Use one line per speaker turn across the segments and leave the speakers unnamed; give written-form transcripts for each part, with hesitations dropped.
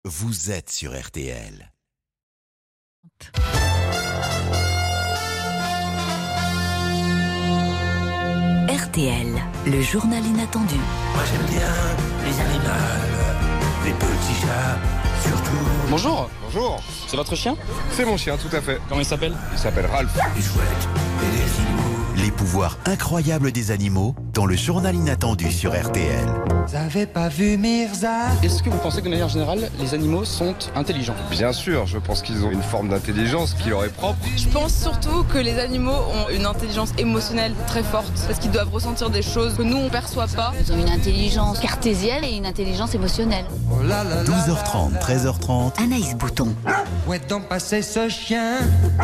vous êtes sur RTL.
RTL, le journal inattendu.
Moi j'aime bien les animaux, les petits chats, surtout.
Bonjour.
Bonjour,
C'est votre chien?
c'est mon chien, tout à fait.
Comment il s'appelle?
Il s'appelle Ralph.
Les chouettes et les animaux.
Les pouvoirs incroyables des animaux dans le journal inattendu sur RTL.
Vous avez pas vu Mirza?
Est-ce que vous pensez que de manière générale, les animaux sont intelligents?
Bien sûr, je pense qu'ils ont une forme d'intelligence qui leur est propre.
Je pense surtout que les animaux ont une intelligence émotionnelle très forte parce qu'ils doivent ressentir des choses que nous on perçoit pas.
Ils ont une intelligence cartésienne et une intelligence émotionnelle.
Oh là là là
12h30,
là là.
13h30.
Anaïs Bouton.
Où est donc passé ce chien?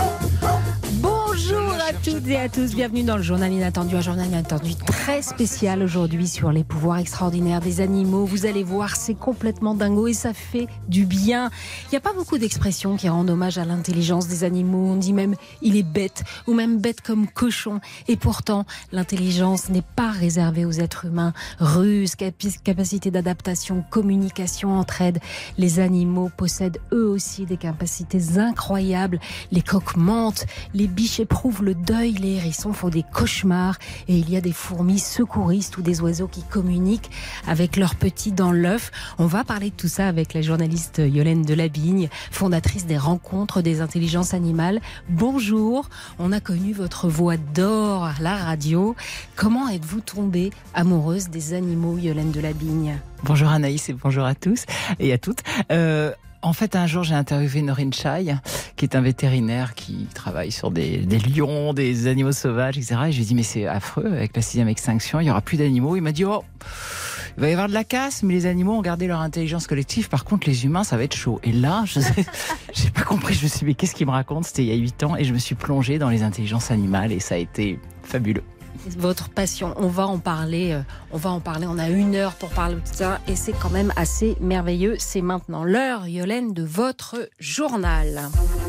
Bonjour à toutes et à tous, bienvenue dans le journal inattendu, un journal inattendu très spécial aujourd'hui sur les pouvoirs extraordinaires des animaux. Vous allez voir, c'est complètement dingo et ça fait du bien. Il n'y a pas beaucoup d'expressions qui rendent hommage à l'intelligence des animaux. On dit même il est bête ou même bête comme cochon. Et pourtant, l'intelligence n'est pas réservée aux êtres humains. Ruse, capacité d'adaptation, communication, entraide. Les animaux possèdent eux aussi des capacités incroyables. Les coqs mentent, les biches éprouvent le deuil, les hérissons font des cauchemars et il y a des fourmis secouristes ou des oiseaux qui communiquent avec leurs petits dans l'œuf. On va parler de tout ça avec la journaliste Yolène Delabigne, fondatrice des Rencontres des intelligences animales. Bonjour, on a connu votre voix d'or à la radio. Comment êtes-vous tombée amoureuse des animaux, Yolène Delabigne?
Bonjour Anaïs et bonjour à tous et à toutes. En fait, un jour, j'ai interviewé Norin Chai, qui est un vétérinaire qui travaille sur des lions, des animaux sauvages, etc. Et je lui ai dit, mais c'est affreux, avec la 6e extinction, il n'y aura plus d'animaux. Il m'a dit, il va y avoir de la casse, mais les animaux ont gardé leur intelligence collective. Par contre, les humains, ça va être chaud. Et là, j'ai pas compris. Je me suis dit, mais qu'est-ce qu'il me raconte? C'était il y a 8 ans. Et je me suis plongée dans les intelligences animales et ça a été fabuleux.
Votre passion, on va en parler, on a 1 heure pour parler de ça et c'est quand même assez merveilleux. C'est maintenant l'heure, Yolène, de votre journal.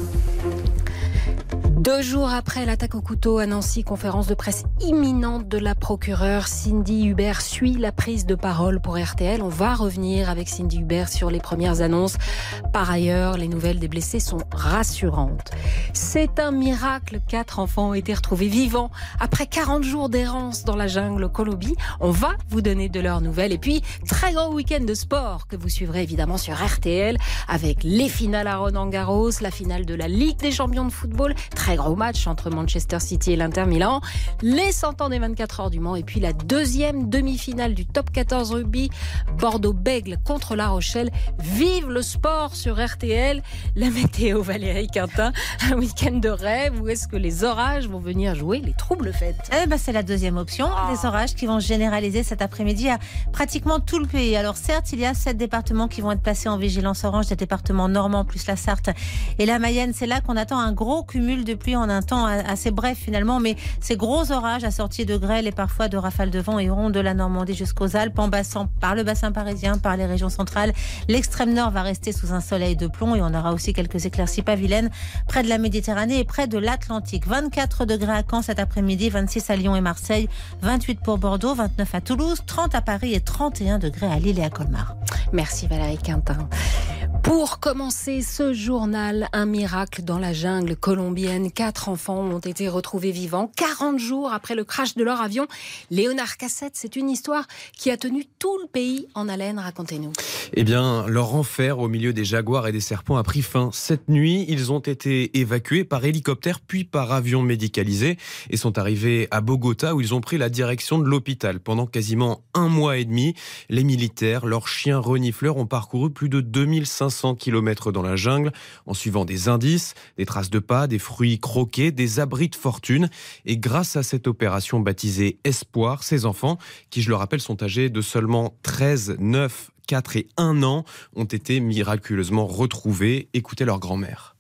2 jours après l'attaque au couteau à Nancy, conférence de presse imminente de la procureure Cindy Hubert suit la prise de parole pour RTL. On va revenir avec Cindy Hubert sur les premières annonces. Par ailleurs, les nouvelles des blessés sont rassurantes. C'est un miracle, 4 enfants ont été retrouvés vivants après 40 jours d'errance dans la jungle Colombie. On va vous donner de leurs nouvelles. Et puis, très grand week-end de sport que vous suivrez évidemment sur RTL avec les finales à Roland-Garros, la finale de la Ligue des champions de football, très gros match entre Manchester City et l'Inter Milan, les 100 ans des 24 heures du Mans et puis la 2e demi-finale du top 14 rugby, Bordeaux-Bègles contre La Rochelle. Vive le sport sur RTL. La météo, Valérie Quintin, un week-end de rêve ou est-ce que les orages vont venir jouer les troubles fêtes?
C'est la 2e option, des orages qui vont se généraliser cet après-midi à pratiquement tout le pays. Alors certes, il y a 7 départements qui vont être placés en vigilance orange, des départements normands plus la Sarthe et la Mayenne. C'est là qu'on attend un gros cumul de pluie en un temps assez bref finalement, mais ces gros orages assortis de grêle et parfois de rafales de vent iront de la Normandie jusqu'aux Alpes, en passant par le bassin parisien, par les régions centrales. L'extrême nord va rester sous un soleil de plomb et on aura aussi quelques éclaircies pavilaines près de la Méditerranée et près de l'Atlantique. 24 degrés à Caen cet après-midi, 26 à Lyon et Marseille, 28 pour Bordeaux, 29 à Toulouse, 30 à Paris et 31 degrés à Lille et à Colmar.
Merci Valérie Quintin. Pour commencer ce journal, un miracle dans la jungle colombienne. 4 enfants ont été retrouvés vivants 40 jours après le crash de leur avion. Léonard Cassette, c'est une histoire qui a tenu tout le pays en haleine. Racontez-nous.
Eh bien, leur enfer au milieu des jaguars et des serpents a pris fin. Cette nuit, ils ont été évacués par hélicoptère puis par avion médicalisé et sont arrivés à Bogota où ils ont pris la direction de l'hôpital. Pendant quasiment 1 mois et demi, les militaires, leurs chiens renifleurs ont parcouru plus de 2500 km dans la jungle en suivant des indices, des traces de pas, des fruits croqués, des abris de fortune. Et grâce à cette opération baptisée Espoir, ces enfants, qui je le rappelle sont âgés de seulement 13, 9, 4 et 1 an, ont été miraculeusement retrouvés. Écoutez leur grand-mère.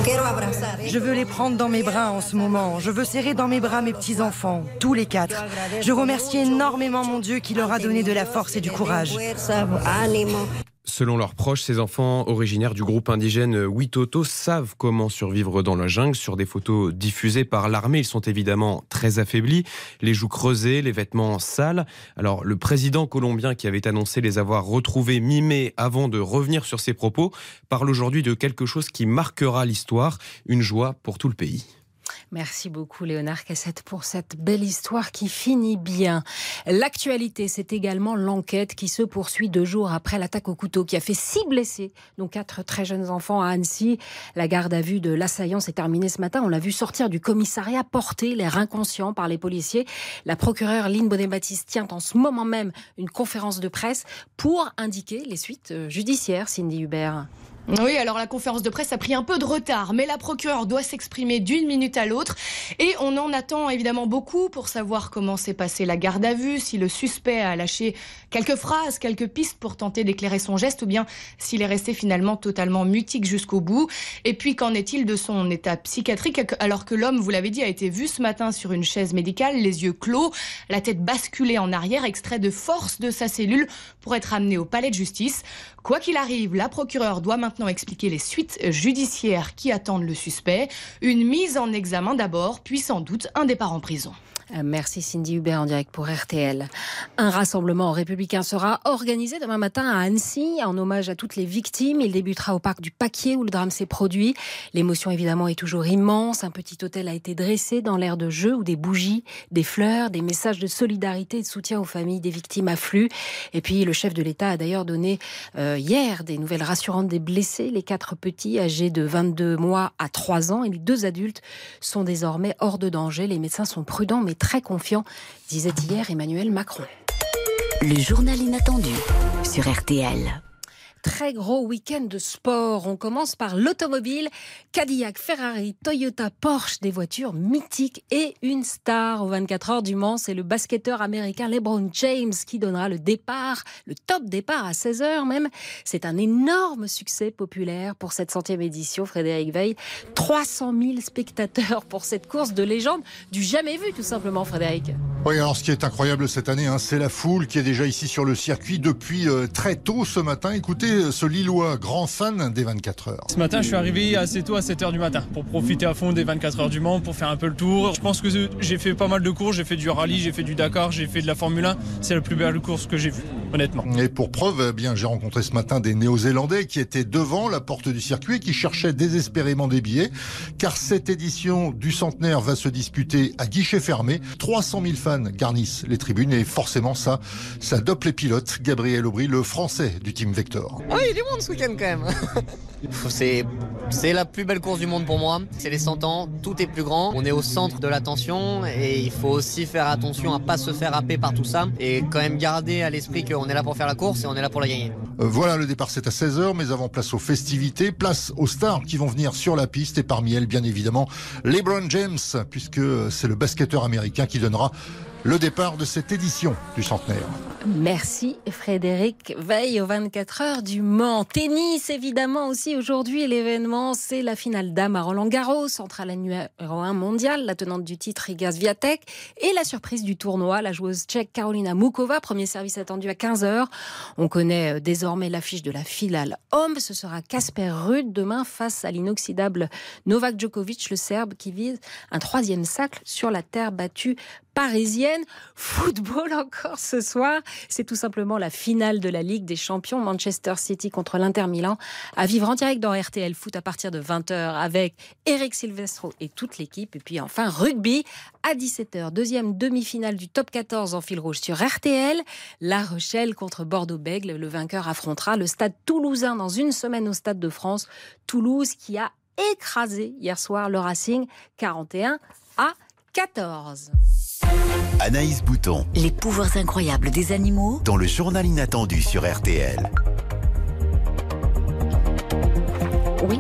Je veux les prendre dans mes bras en ce moment. Je veux serrer dans mes bras mes petits-enfants, tous les 4. Je remercie énormément mon Dieu qui leur a donné de la force et du courage.
Selon leurs proches, ces enfants originaires du groupe indigène Witoto savent comment survivre dans la jungle. Sur des photos diffusées par l'armée, ils sont évidemment très affaiblis, les joues creusées, les vêtements sales. Alors, le président colombien qui avait annoncé les avoir retrouvés mi-mai avant de revenir sur ses propos parle aujourd'hui de quelque chose qui marquera l'histoire, une joie pour tout le pays.
Merci beaucoup Léonard Cassette pour cette belle histoire qui finit bien. L'actualité, c'est également l'enquête qui se poursuit 2 jours après l'attaque au couteau qui a fait 6 blessés, dont 4 très jeunes enfants à Annecy. La garde à vue de l'assaillant s'est terminée ce matin. On l'a vu sortir du commissariat porté, l'air inconscient par les policiers. La procureure Lynn Bonnet-Baptiste tient en ce moment même une conférence de presse pour indiquer les suites judiciaires, Cindy Hubert.
Oui, alors la conférence de presse a pris un peu de retard, mais la procureure doit s'exprimer d'une minute à l'autre et on en attend évidemment beaucoup pour savoir comment s'est passée la garde à vue, si le suspect a lâché quelques phrases, quelques pistes pour tenter d'éclairer son geste ou bien s'il est resté finalement totalement mutique jusqu'au bout. Et puis qu'en est-il de son état psychiatrique alors que l'homme, vous l'avez dit, a été vu ce matin sur une chaise médicale, les yeux clos, la tête basculée en arrière, extrait de force de sa cellule pour être amené au palais de justice. Quoi qu'il arrive, la procureure doit maintenant expliquer les suites judiciaires qui attendent le suspect. Une mise en examen d'abord, puis sans doute un départ en prison.
Merci Cindy Hubert en direct pour RTL. Un rassemblement républicain sera organisé demain matin à Annecy en hommage à toutes les victimes. Il débutera au parc du Paquier où le drame s'est produit. L'émotion évidemment est toujours immense. Un petit hôtel a été dressé dans l'aire de jeu où des bougies, des fleurs, des messages de solidarité et de soutien aux familles des victimes affluent. Et puis le chef de l'État a d'ailleurs donné hier des nouvelles rassurantes des blessés. Les 4 petits âgés de 22 mois à 3 ans et les 2 adultes sont désormais hors de danger. Les médecins sont prudents mais très confiant, disait hier Emmanuel Macron.
Le journal inattendu sur RTL.
Très gros week-end de sport. On commence par l'automobile. Cadillac, Ferrari, Toyota, Porsche, des voitures mythiques et une star aux 24 heures du Mans. C'est le basketteur américain LeBron James qui donnera le top départ à 16h même. C'est un énorme succès populaire pour cette 100e édition, Frédéric Veil. 300 000 spectateurs pour cette course de légende du jamais vu, tout simplement, Frédéric.
Oui, alors ce qui est incroyable cette année, c'est la foule qui est déjà ici sur le circuit depuis très tôt ce matin. Écoutez, ce Lillois, grand fan des 24 heures.
Ce matin, je suis arrivé assez tôt à 7h du matin pour profiter à fond des 24 heures du Mans, pour faire un peu le tour. Je pense que j'ai fait pas mal de courses, j'ai fait du rallye, j'ai fait du Dakar, j'ai fait de la Formule 1. C'est la plus belle course que j'ai vue, honnêtement.
Et pour preuve, j'ai rencontré ce matin des Néo-Zélandais qui étaient devant la porte du circuit et qui cherchaient désespérément des billets, car cette édition du centenaire va se disputer à guichet fermé. 300 000 fans garnissent les tribunes et forcément ça dope les pilotes. Gabriel Aubry, le français du Team Vector.
Oh, il y a du monde ce week-end quand même. C'est la plus belle course du monde pour moi. C'est les 100 ans, tout est plus grand. On est au centre de l'attention et il faut aussi faire attention à pas se faire happer par tout ça et quand même garder à l'esprit qu'on est là pour faire la course et on est là pour la gagner.
Voilà, le départ c'est à 16h, mais avant place aux festivités, place aux stars qui vont venir sur la piste et parmi elles bien évidemment LeBron James, puisque c'est le basketteur américain qui donnera le départ de cette édition du centenaire.
Merci Frédéric Veil aux 24 heures du Mans. Tennis évidemment aussi aujourd'hui. L'événement, c'est la finale dames à Roland-Garros entre la numéro 1 mondiale, la tenante du titre Iga Swiatek, et la surprise du tournoi, la joueuse tchèque Karolina Mukova. Premier service attendu à 15h. On connaît désormais l'affiche de la finale homme. Ce sera Casper Ruud demain face à l'inoxydable Novak Djokovic, le Serbe, qui vise un 3e cercle sur la terre battue parisienne. Football encore ce soir. C'est tout simplement la finale de la Ligue des Champions, Manchester City contre l'Inter Milan, à vivre en direct dans RTL Foot à partir de 20h avec Eric Silvestro et toute l'équipe. Et puis enfin rugby à 17h, deuxième demi-finale du top 14 en fil rouge sur RTL. La Rochelle contre Bordeaux-Bègles. Le vainqueur affrontera le Stade Toulousain dans une semaine au Stade de France. Toulouse qui a écrasé hier soir le Racing 41-14.
Anaïs Bouton.
Les pouvoirs incroyables des animaux.
Dans le journal inattendu sur RTL.
Oui.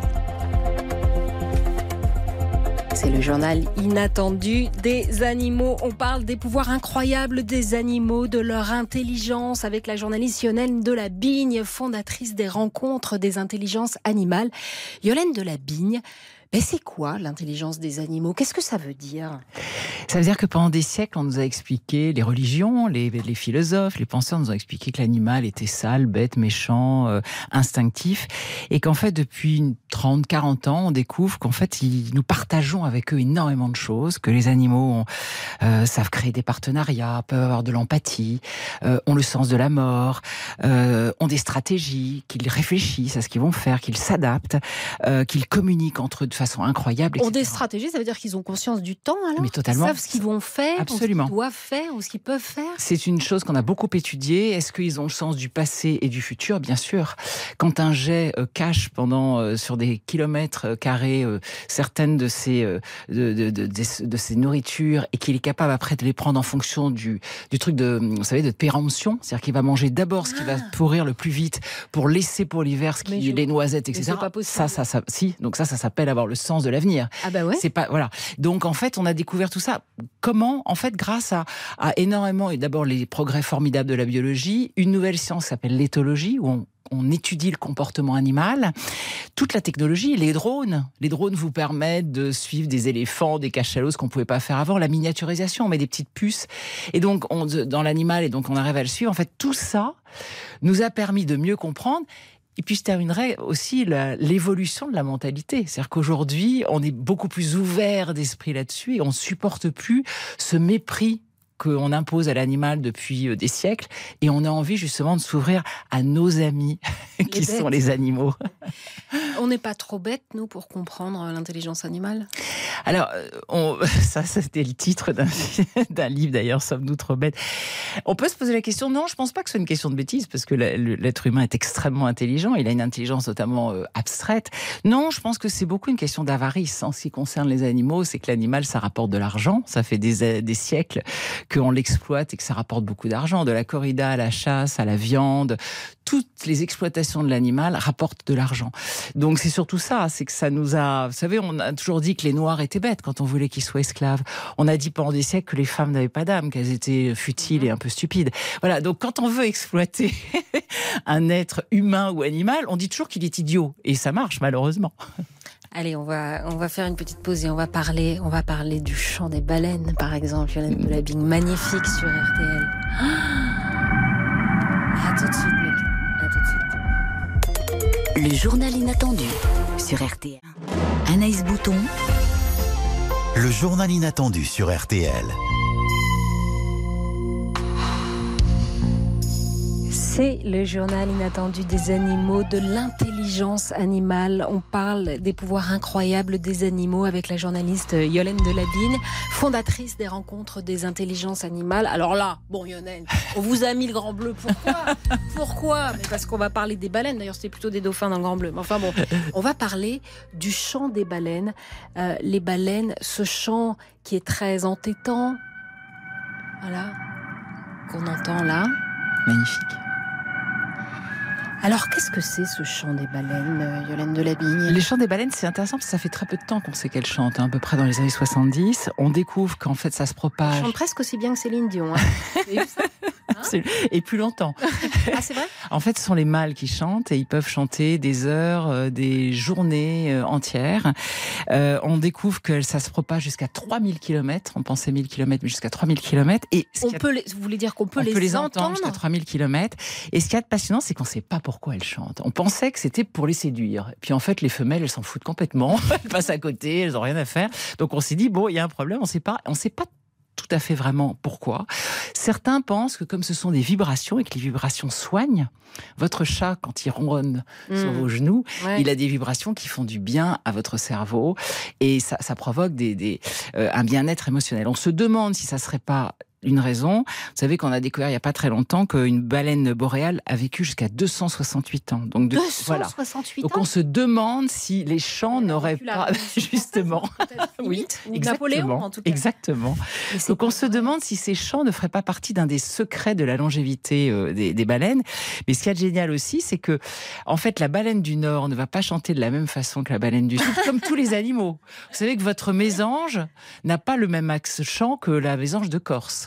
C'est le journal inattendu des animaux. On parle des pouvoirs incroyables des animaux, de leur intelligence, avec la journaliste Yolène Delabigne, fondatrice des rencontres des intelligences animales. Yolène Delabigne, Mais c'est quoi l'intelligence des animaux? Qu'est-ce que ça veut dire?
Ça veut dire que pendant des siècles, on nous a expliqué, les religions, les philosophes, les penseurs nous ont expliqué que l'animal était sale, bête, méchant, instinctif, et qu'en fait, depuis 30, 40 ans, on découvre qu'en fait, nous partageons avec eux énormément de choses, que les animaux savent créer des partenariats, peuvent avoir de l'empathie, ont le sens de la mort, ont des stratégies, qu'ils réfléchissent à ce qu'ils vont faire, qu'ils s'adaptent, qu'ils communiquent entre eux de façon incroyable, etc.
Ont des stratégies, ça veut dire qu'ils ont conscience du temps, alors?
Mais totalement.
Ils savent ce qu'ils vont faire,
absolument,
ou ce qu'ils doivent faire, ou ce qu'ils peuvent faire.
C'est une chose qu'on a beaucoup étudiée. Est-ce qu'ils ont le sens du passé et du futur? Bien sûr. Quand un jet cache sur des kilomètres carrés certaines de ces nourritures et qu'il est capable après de les prendre en fonction du truc vous savez, de péremption, c'est-à-dire qu'il va manger d'abord ce qui va pourrir le plus vite pour laisser pour l'hiver les noisettes, etc.
C'est pas possible.
Si. Donc ça s'appelle avoir le sens de l'avenir.
Ah bah ouais.
C'est pas, voilà. Donc en fait, on a découvert tout ça. Comment? En fait, grâce à énormément, et d'abord les progrès formidables de la biologie, une nouvelle science qui s'appelle l'éthologie, où on étudie le comportement animal. Toute la technologie, les drones vous permettent de suivre des éléphants, des cachalots, ce qu'on ne pouvait pas faire avant. La miniaturisation, on met des petites puces. Et donc, dans l'animal, et donc on arrive à le suivre. En fait, tout ça nous a permis de mieux comprendre. Et puis je terminerai aussi l'évolution de la mentalité. C'est-à-dire qu'aujourd'hui, on est beaucoup plus ouvert d'esprit là-dessus et on ne supporte plus ce mépris qu'on impose à l'animal depuis des siècles, et on a envie justement de s'ouvrir à nos amis qui sont les animaux.
On n'est pas trop bêtes, nous, pour comprendre l'intelligence animale?
Alors, ça c'était le titre d'un livre d'ailleurs, Sommes-nous trop bêtes? On peut se poser la question, non, je ne pense pas que ce soit une question de bêtise, parce que l'être humain est extrêmement intelligent, il a une intelligence notamment abstraite. Non, je pense que c'est beaucoup une question d'avarice. En ce qui concerne les animaux, c'est que l'animal, ça rapporte de l'argent, ça fait des siècles qu'on l'exploite et que ça rapporte beaucoup d'argent. De la corrida à la chasse, à la viande, toutes les exploitations de l'animal rapportent de l'argent. Donc c'est surtout ça, c'est que ça nous a... Vous savez, on a toujours dit que les Noirs étaient bêtes quand on voulait qu'ils soient esclaves. On a dit pendant des siècles que les femmes n'avaient pas d'âme, qu'elles étaient futiles et un peu stupides. Voilà, donc quand on veut exploiter un être humain ou animal, on dit toujours qu'il est idiot. Et ça marche, malheureusement.
Allez, on va faire une petite pause et on va parler du chant des baleines, par exemple. Yolande de Labing, magnifique sur RTL. À tout de suite, mec. À tout de suite.
Le journal inattendu sur RTL. Anaïs Bouton.
Le journal inattendu sur RTL.
C'est le journal inattendu des animaux, de l'intelligence animale. On parle des pouvoirs incroyables des animaux avec la journaliste Yolande de Labing, fondatrice des rencontres des intelligences animales. Alors là, bon Yolande, on vous a mis le grand bleu. Pourquoi? Mais parce qu'on va parler des baleines. D'ailleurs, c'était plutôt des dauphins dans le grand bleu. Mais enfin bon, on va parler du chant des baleines. Les baleines, ce chant qui est très entêtant. Voilà, qu'on entend là.
Magnifique.
Alors, qu'est-ce que c'est ce chant des baleines, Yolande de Labing?
Le chant des baleines, c'est intéressant parce que ça fait très peu de temps qu'on sait qu'elles chantent, à peu près dans les années 70. On découvre qu'en fait, ça se propage.
Elles chantent presque aussi bien que Céline Dion. Hein. Vous avez vu ça?
Et plus longtemps.
Ah, c'est vrai?
En fait, ce sont les mâles qui chantent et ils peuvent chanter des heures, des journées entières. On découvre que ça se propage jusqu'à 3000 km. On pensait 1000 km, mais jusqu'à 3000 km. Et
vous voulez dire qu'on peut les entendre
jusqu'à 3000 km. Et ce qui est passionnant, c'est qu'on ne sait pas pourquoi elles chantent. On pensait que c'était pour les séduire. Puis en fait, les femelles, elles s'en foutent complètement. Elles passent à côté, elles n'ont rien à faire. Donc on s'est dit, bon, il y a un problème, on ne sait pas tout à fait vraiment pourquoi. Certains pensent que comme ce sont des vibrations et que les vibrations soignent, votre chat, quand il ronronne sur vos genoux, il a des vibrations qui font du bien à votre cerveau et ça provoque un bien-être émotionnel. On se demande si ça ne serait pas une raison. Vous savez qu'on a découvert il n'y a pas très longtemps qu'une baleine boréale a vécu jusqu'à 268 ans. Donc
268
ans. Donc on se demande si les chants n'auraient pas justement...
Oui, Napoléon en tout cas.
Exactement. Donc on se demande si ces chants ne feraient pas partie d'un des secrets de la longévité des baleines. Mais ce qui est génial aussi, c'est que en fait la baleine du Nord ne va pas chanter de la même façon que la baleine du Sud, comme tous les animaux. Vous savez que votre mésange n'a pas le même axe chant que la mésange de Corse.
Ah,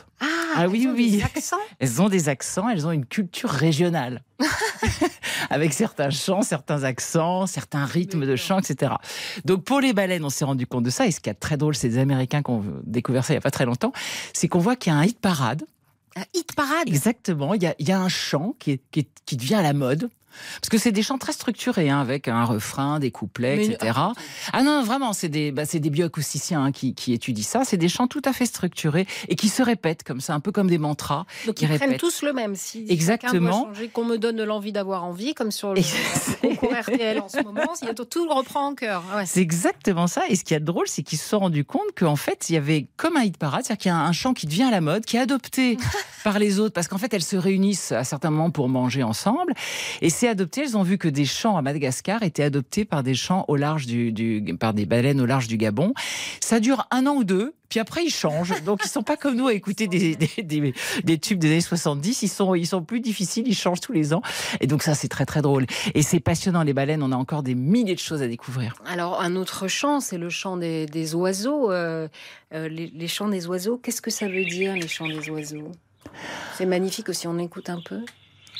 Ah oui, oui.
Des accents.
Elles ont des accents, elles ont une culture régionale. Avec certains chants, certains accents, certains rythmes de chant, etc. Donc pour les baleines, on s'est rendu compte de ça. Et ce qui est très drôle, c'est les Américains qui ont découvert ça il n'y a pas très longtemps, c'est qu'on voit qu'il y a un hit parade.
Un hit parade.
Exactement. Il y a un chant qui devient à la mode. Parce que c'est des chants très structurés, avec un refrain, des couplets, etc. Ah non, vraiment, c'est des bioacousticiens qui étudient ça. C'est des chants tout à fait structurés et qui se répètent comme ça, un peu comme des mantras.
Donc ils prennent tous le même. Si
exactement.
Changer, qu'on me donne l'envie d'avoir envie, comme sur le concours RTL en ce moment, tout le reprend en chœur. Ouais.
C'est exactement ça. Et ce qui est drôle, c'est qu'ils se sont rendus compte qu'en fait, il y avait comme un hit parade, c'est-à-dire qu'il y a un chant qui devient à la mode, qui est adopté par les autres, parce qu'en fait, elles se réunissent à certains moments pour manger ensemble. Et c'est adopté. Elles ont vu que des chants à Madagascar étaient adoptés par des chants au large par des baleines au large du Gabon. Ça dure 1 an ou 2. Puis après, ils changent. Donc, ils ne sont pas comme nous à écouter des tubes des années 70. Ils sont plus difficiles, ils changent tous les ans. Et donc, ça, c'est très, très drôle. Et c'est passionnant, les baleines. On a encore des milliers de choses à découvrir.
Alors, un autre chant, c'est le chant des oiseaux. Les chants des oiseaux, qu'est-ce que ça veut dire, les chants des oiseaux ? C'est magnifique aussi, on écoute un peu.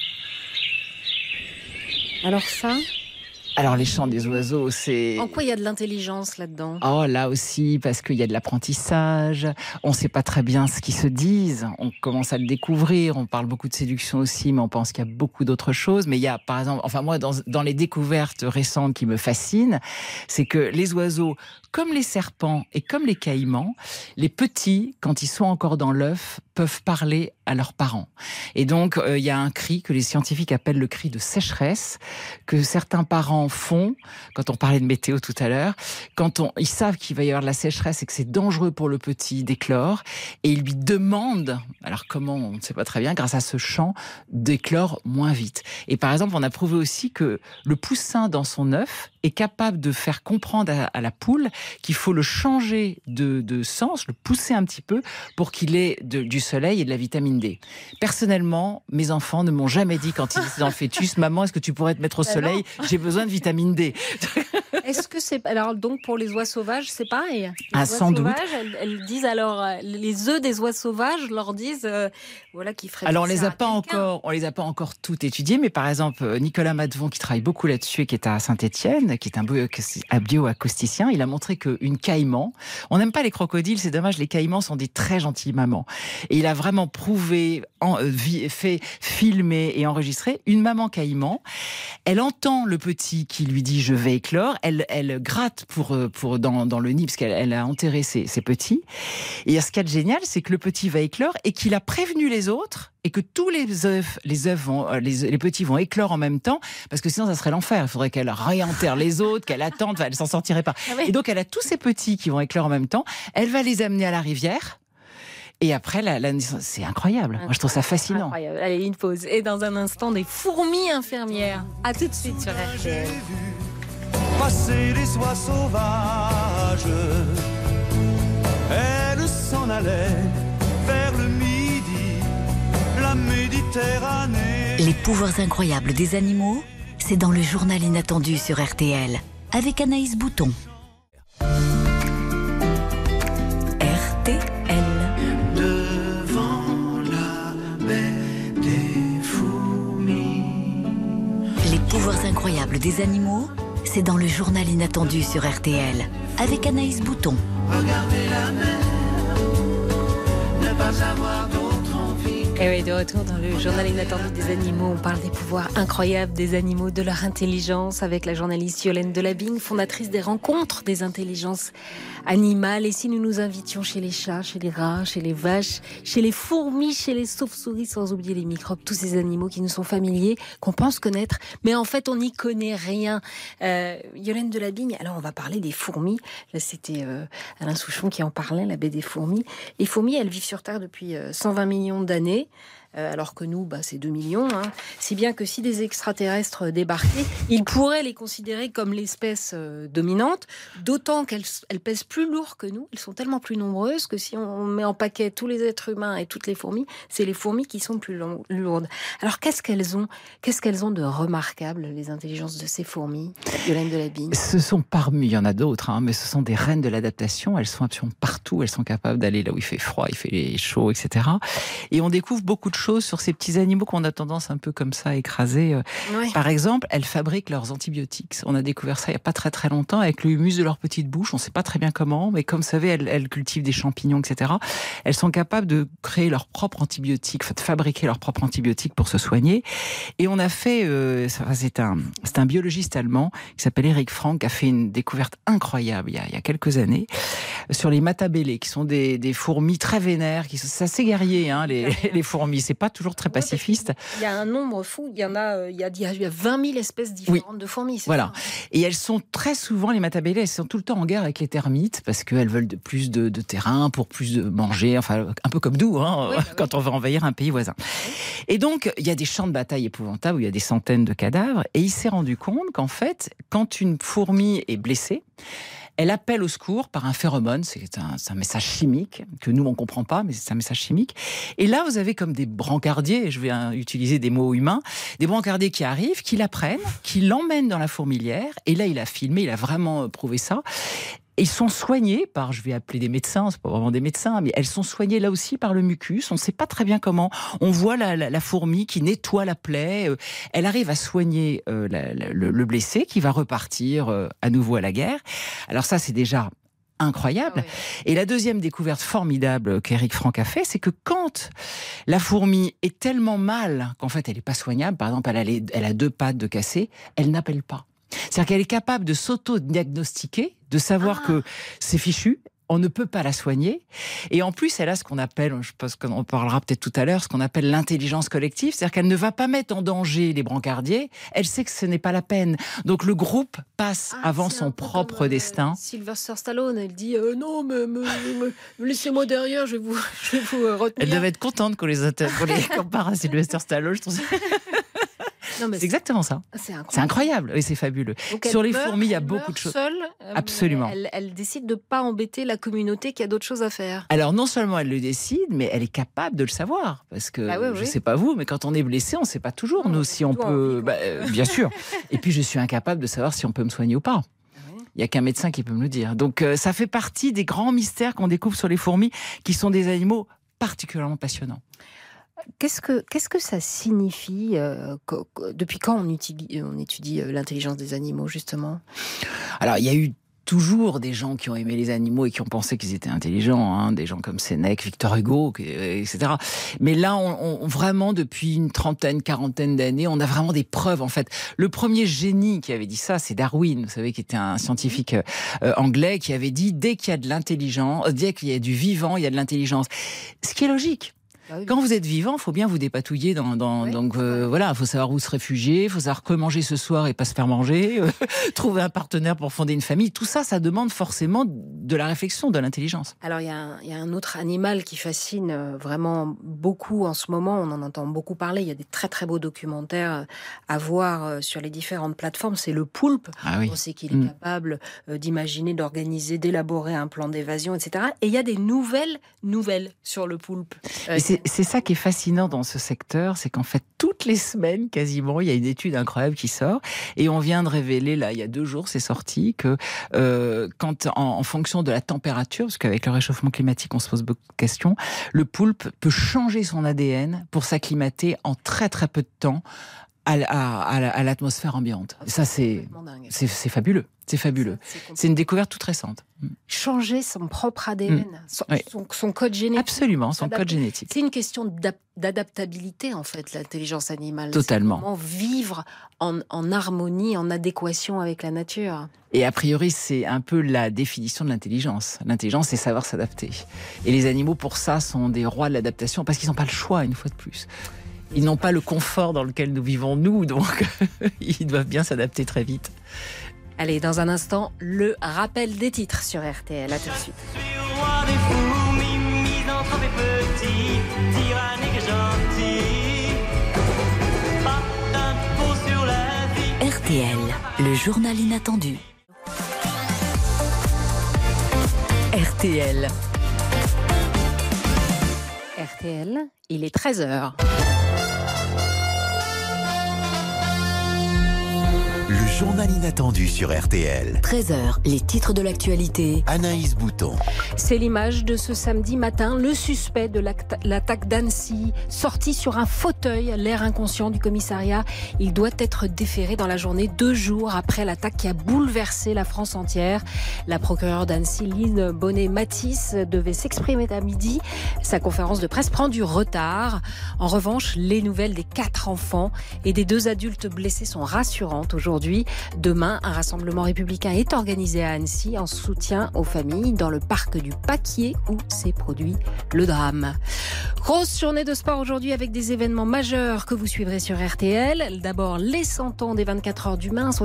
Alors ça ?
Alors les chants des oiseaux, c'est...
En quoi il y a de l'intelligence là-dedans ?
Oh, là aussi, parce qu'il y a de l'apprentissage. On ne sait pas très bien ce qu'ils se disent. On commence à le découvrir. On parle beaucoup de séduction aussi, mais on pense qu'il y a beaucoup d'autres choses. Mais il y a, par exemple, enfin moi, dans les découvertes récentes qui me fascinent, c'est que les oiseaux, comme les serpents et comme les caïmans, les petits, quand ils sont encore dans l'œuf, peuvent parler à leurs parents. Et donc, il y a un cri que les scientifiques appellent le cri de sécheresse, que certains parents font, quand on parlait de météo tout à l'heure, ils savent qu'il va y avoir de la sécheresse et que c'est dangereux pour le petit d'éclore, et ils lui demandent, alors comment, on ne sait pas très bien, grâce à ce chant, d'éclore moins vite. Et par exemple, on a prouvé aussi que le poussin dans son œuf est capable de faire comprendre à la poule qu'il faut le changer de sens, le pousser un petit peu pour qu'il ait du soleil et de la vitamine D. Personnellement, mes enfants ne m'ont jamais dit quand ils étaient dans le fœtus, maman, est-ce que tu pourrais te mettre au soleil ? J'ai besoin de vitamine D.
Est-ce que c'est... Alors donc pour les oies sauvages, c'est pareil ?
Ah, sans doute.
Elles disent alors, les œufs des oies sauvages leur disent, voilà, qu'ils feraient...
Alors on les a pas encore toutes étudiées, mais par exemple, Nicolas Madevon, qui travaille beaucoup là-dessus et qui est à Saint-Étienne, qui est un bioacousticien, il a montré qu'une caïman, on n'aime pas les crocodiles, c'est dommage, les caïmans sont des très gentilles mamans. Et il a vraiment prouvé, fait filmer et enregistrer une maman caïman. Elle entend le petit qui lui dit « je vais éclore », elle gratte dans le nid, parce qu'elle a enterré ses petits. Et ce qu'il y a de génial, c'est que le petit va éclore et qu'il a prévenu les autres, et que tous les petits vont éclore en même temps, parce que sinon ça serait l'enfer. Il faudrait qu'elle réenterre les autres, qu'elle attende, elle s'en sortirait pas. Ah oui. Et donc elle a tous ces petits qui vont éclore en même temps. Elle va les amener à la rivière. Et après, c'est incroyable. Moi, je trouve ça fascinant.
Incroyable. Allez, une pause. Et dans un instant, des fourmis infirmières. À tout de suite sur RTL.
Passer les oies sauvages, elles s'en allaient vers le midi, la Méditerranée.
Les pouvoirs incroyables des animaux, c'est dans le journal inattendu sur RTL, avec Anaïs Bouton. RTL.
Devant la baie des fourmis.
Les pouvoirs incroyables des animaux, c'est dans le journal inattendu sur RTL, avec Anaïs Bouton.
Regardez la mer, ne pas avoir d'autre envie.
Et oui, de retour dans le journal inattendu des animaux, on parle des pouvoirs incroyables des animaux, de leur intelligence, avec la journaliste Yolène Delabigne, fondatrice des rencontres des intelligences animales. Et si nous nous invitions chez les chats, chez les rats, chez les vaches, chez les fourmis, chez les chauves-souris, sans oublier les microbes, tous ces animaux qui nous sont familiers, qu'on pense connaître, mais en fait on n'y connaît rien. Yolène Delabigne, alors on va parler des fourmis. Là c'était Alain Souchon qui en parlait, la baie des fourmis. Les fourmis, elles vivent sur Terre depuis 120 millions d'années. alors que nous, c'est 2 millions. Si bien que si des extraterrestres débarquaient, ils pourraient les considérer comme l'espèce dominante, d'autant qu'elles pèsent plus lourd que nous. Elles sont tellement plus nombreuses que si on met en paquet tous les êtres humains et toutes les fourmis, c'est les fourmis qui sont plus lourdes. Alors qu'est-ce qu'elles ont de remarquable, les intelligences de ces fourmis, Yolande Delabigne?
Ce sont parmi, il y en a d'autres, mais ce sont des reines de l'adaptation. Elles sont absolument partout. Elles sont capables d'aller là où il fait froid, il fait chaud, etc. Et on découvre beaucoup de choses sur ces petits animaux qu'on a tendance un peu comme ça à écraser.
Oui.
Par exemple, elles fabriquent leurs antibiotiques. On a découvert ça il n'y a pas très très longtemps avec le humus de leur petite bouche. On ne sait pas très bien comment, mais comme vous savez, elles cultivent des champignons, etc. Elles sont capables de créer leur propre antibiotique, de fabriquer leur propre antibiotique pour se soigner. Et on a fait, c'est un biologiste allemand qui s'appelle Eric Frank, qui a fait une découverte incroyable il y a quelques années sur les matabellés, qui sont des fourmis très vénères, c'est assez guerrier, les fourmis. C'est pas toujours très pacifiste.
Il y a un nombre fou. Il y a 20 000 espèces différentes de fourmis.
Voilà. Et elles sont très souvent, les matabellés, elles sont tout le temps en guerre avec les termites parce qu'elles veulent plus de terrain pour plus de manger, enfin un peu comme nous, quand on veut envahir un pays voisin. Et donc, il y a des champs de bataille épouvantables où il y a des centaines de cadavres. Et il s'est rendu compte qu'en fait, quand une fourmi est blessée, elle appelle au secours par un phéromone, c'est un message chimique que nous on ne comprend pas, mais c'est un message chimique. Et là, vous avez comme des brancardiers, je vais utiliser des mots humains, des brancardiers qui arrivent, qui la prennent, qui l'emmènent dans la fourmilière. Et là, il a filmé, il a vraiment prouvé ça. Ils sont soignés par, je vais appeler des médecins, c'est pas vraiment des médecins, mais elles sont soignées là aussi par le mucus. On ne sait pas très bien comment. On voit la fourmi qui nettoie la plaie. Elle arrive à soigner le blessé qui va repartir à nouveau à la guerre. Alors ça, c'est déjà incroyable. Oui. Et la deuxième découverte formidable qu'Eric Frank a fait, c'est que quand la fourmi est tellement mal qu'en fait elle n'est pas soignable, par exemple elle a 2 pattes de cassé, elle n'appelle pas. C'est-à-dire qu'elle est capable de s'auto-diagnostiquer, de savoir que c'est fichu, on ne peut pas la soigner. Et en plus, elle a ce qu'on appelle, je pense qu'on en parlera peut-être tout à l'heure, ce qu'on appelle l'intelligence collective. C'est-à-dire qu'elle ne va pas mettre en danger les brancardiers. Elle sait que ce n'est pas la peine. Donc le groupe passe avant son propre destin.
Sylvester Stallone, elle dit non, mais laissez-moi derrière, je vais vous retenir.
Elle devait être contente qu'on les compare à Sylvester Stallone. Je trouve ça... Non, c'est exactement ça. C'est incroyable. Et c'est fabuleux.
Donc
sur les fourmis, il y a beaucoup de choses.
Seule,
absolument.
Elle décide de ne pas embêter la communauté qui a d'autres choses à faire.
Alors non seulement elle le décide, mais elle est capable de le savoir. Parce que, je ne sais pas vous, mais quand on est blessé, on ne sait pas toujours, nous, si on peut... bien sûr. Et puis je suis incapable de savoir si on peut me soigner ou pas. Il n'y a qu'un médecin qui peut me le dire. Donc ça fait partie des grands mystères qu'on découvre sur les fourmis, qui sont des animaux particulièrement passionnants.
Qu'est-ce que ça signifie depuis quand on étudie l'intelligence des animaux, justement? Alors, il y a eu toujours des gens qui ont aimé les animaux et qui ont pensé qu'ils étaient intelligents, des gens comme Sénèque, Victor Hugo, etc. Mais là, on vraiment, depuis une quarantaine d'années, on a vraiment des preuves, en fait. Le premier génie qui avait dit ça, c'est Darwin, vous savez, qui était un scientifique anglais, qui avait dit, dès qu'il y a de l'intelligence, dès qu'il y a du vivant, il y a de l'intelligence. Ce qui est logique. Quand vous êtes vivant, il faut bien vous dépatouiller. Donc voilà, il faut savoir où se réfugier, il faut savoir que manger ce soir et pas se faire manger, trouver un partenaire pour fonder une famille. Tout ça, ça demande forcément de la réflexion, de l'intelligence. Alors il y a un autre animal qui fascine vraiment beaucoup en ce moment. On en entend beaucoup parler. Il y a des très très beaux documentaires à voir sur les différentes plateformes. C'est le poulpe. Ah oui. On sait qu'il est capable d'imaginer, d'organiser, d'élaborer un plan d'évasion, etc. Et il y a des nouvelles sur le poulpe. C'est ça qui est fascinant dans ce secteur, c'est qu'en fait, toutes les semaines, quasiment, il y a une étude incroyable qui sort. Et on vient de révéler, là, il y a 2 jours, c'est sorti, que quand, en fonction de la température, parce qu'avec le réchauffement climatique, on se pose beaucoup de questions, le poulpe peut changer son ADN pour s'acclimater en très très peu de temps à l'atmosphère ambiante. Ça, c'est fabuleux. C'est fabuleux. C'est une découverte toute récente. Changer son propre ADN, son code génétique. Absolument, son code génétique. C'est une question d'adaptabilité, en fait, l'intelligence animale. Totalement. C'est comment vivre en harmonie, en adéquation avec la nature. Et a priori, c'est un peu la définition de l'intelligence. L'intelligence, c'est savoir s'adapter. Et les animaux, pour ça, sont des rois de l'adaptation, parce qu'ils n'ont pas le choix, une fois de plus. Ils n'ont pas le confort dans lequel nous vivons, nous, donc ils doivent bien s'adapter très vite. Allez, dans un instant, le rappel des titres sur RTL. À tout de suite. Je suis roi des fous, misanthrope et petit, tyrannique et gentil.
RTL, le journal inattendu. RTL.
RTL, il est 13h.
Le journal inattendu sur RTL.
13h, les titres de l'actualité.
Anaïs Bouton.
C'est l'image de ce samedi matin, le suspect de l'attaque d'Annecy, sorti sur un fauteuil, l'air inconscient du commissariat. Il doit être déféré dans la journée, 2 jours après l'attaque qui a bouleversé la France entière. La procureure d'Annecy, Lynn Bonnet-Matisse, devait s'exprimer à midi. Sa conférence de presse prend du retard. En revanche, les nouvelles des 4 enfants et des 2 adultes blessés sont rassurantes aujourd'hui. Demain, un rassemblement républicain est organisé à Annecy en soutien aux familles dans le parc du Paquier où s'est produit le drame. Grosse journée de sport aujourd'hui avec des événements majeurs que vous suivrez sur RTL. D'abord, les 100 ans des 24 heures du Mans.